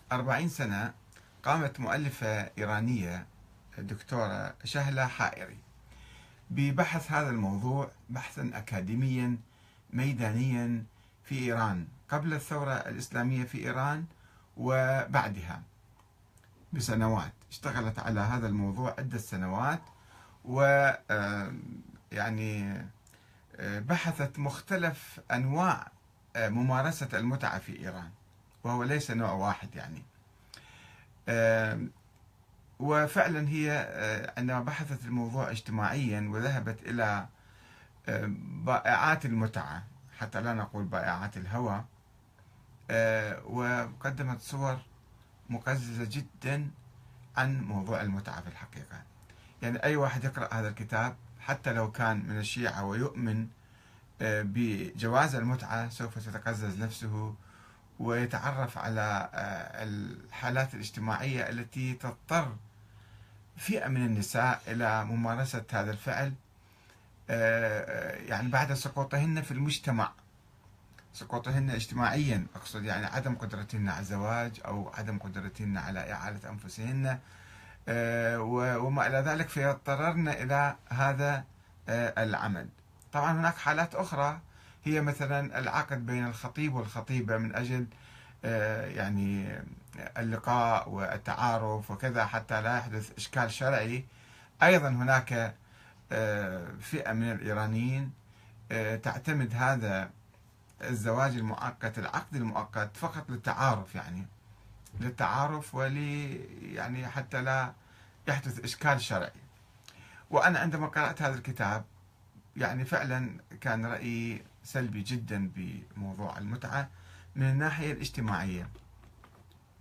40 سنة قامت مؤلفة إيرانية الدكتورة شهلة حائري ببحث هذا الموضوع بحثا أكاديميا ميدانيا في إيران قبل الثورة الإسلامية في إيران وبعدها بسنوات. اشتغلت على هذا الموضوع عدة سنوات و يعني بحثت مختلف أنواع ممارسة المتعة في إيران، وهو ليس نوع واحد يعني. وفعلا هي عندما بحثت الموضوع اجتماعيا وذهبت إلى بائعات المتعة، حتى لا نقول بائعات الهوى، وقدمت صور مقززة جدا عن موضوع المتعة في الحقيقة. يعني أي واحد يقرأ هذا الكتاب حتى لو كان من الشيعة ويؤمن بجواز المتعة سوف تتقزز نفسه ويتعرف على الحالات الاجتماعية التي تضطر فئة من النساء إلى ممارسة هذا الفعل، يعني بعد سقوطهن في المجتمع، سقوطهن اجتماعيا أقصد، يعني عدم قدرتهن على الزواج أو عدم قدرتهن على إعالة أنفسهن وما إلى ذلك، فيضطررن إلى هذا العمل. طبعا هناك حالات أخرى هي مثلا العقد بين الخطيب والخطيبة من أجل يعني اللقاء والتعارف وكذا حتى لا يحدث إشكال شرعي. أيضا هناك فئة من الإيرانيين تعتمد هذا الزواج المؤقت، العقد المؤقت فقط للتعارف، يعني للتعارف يعني حتى لا يحدث إشكال شرعي. وأنا عندما قرأت هذا الكتاب يعني فعلا كان رأيي سلبي جدا بموضوع المتعة من الناحية الاجتماعية.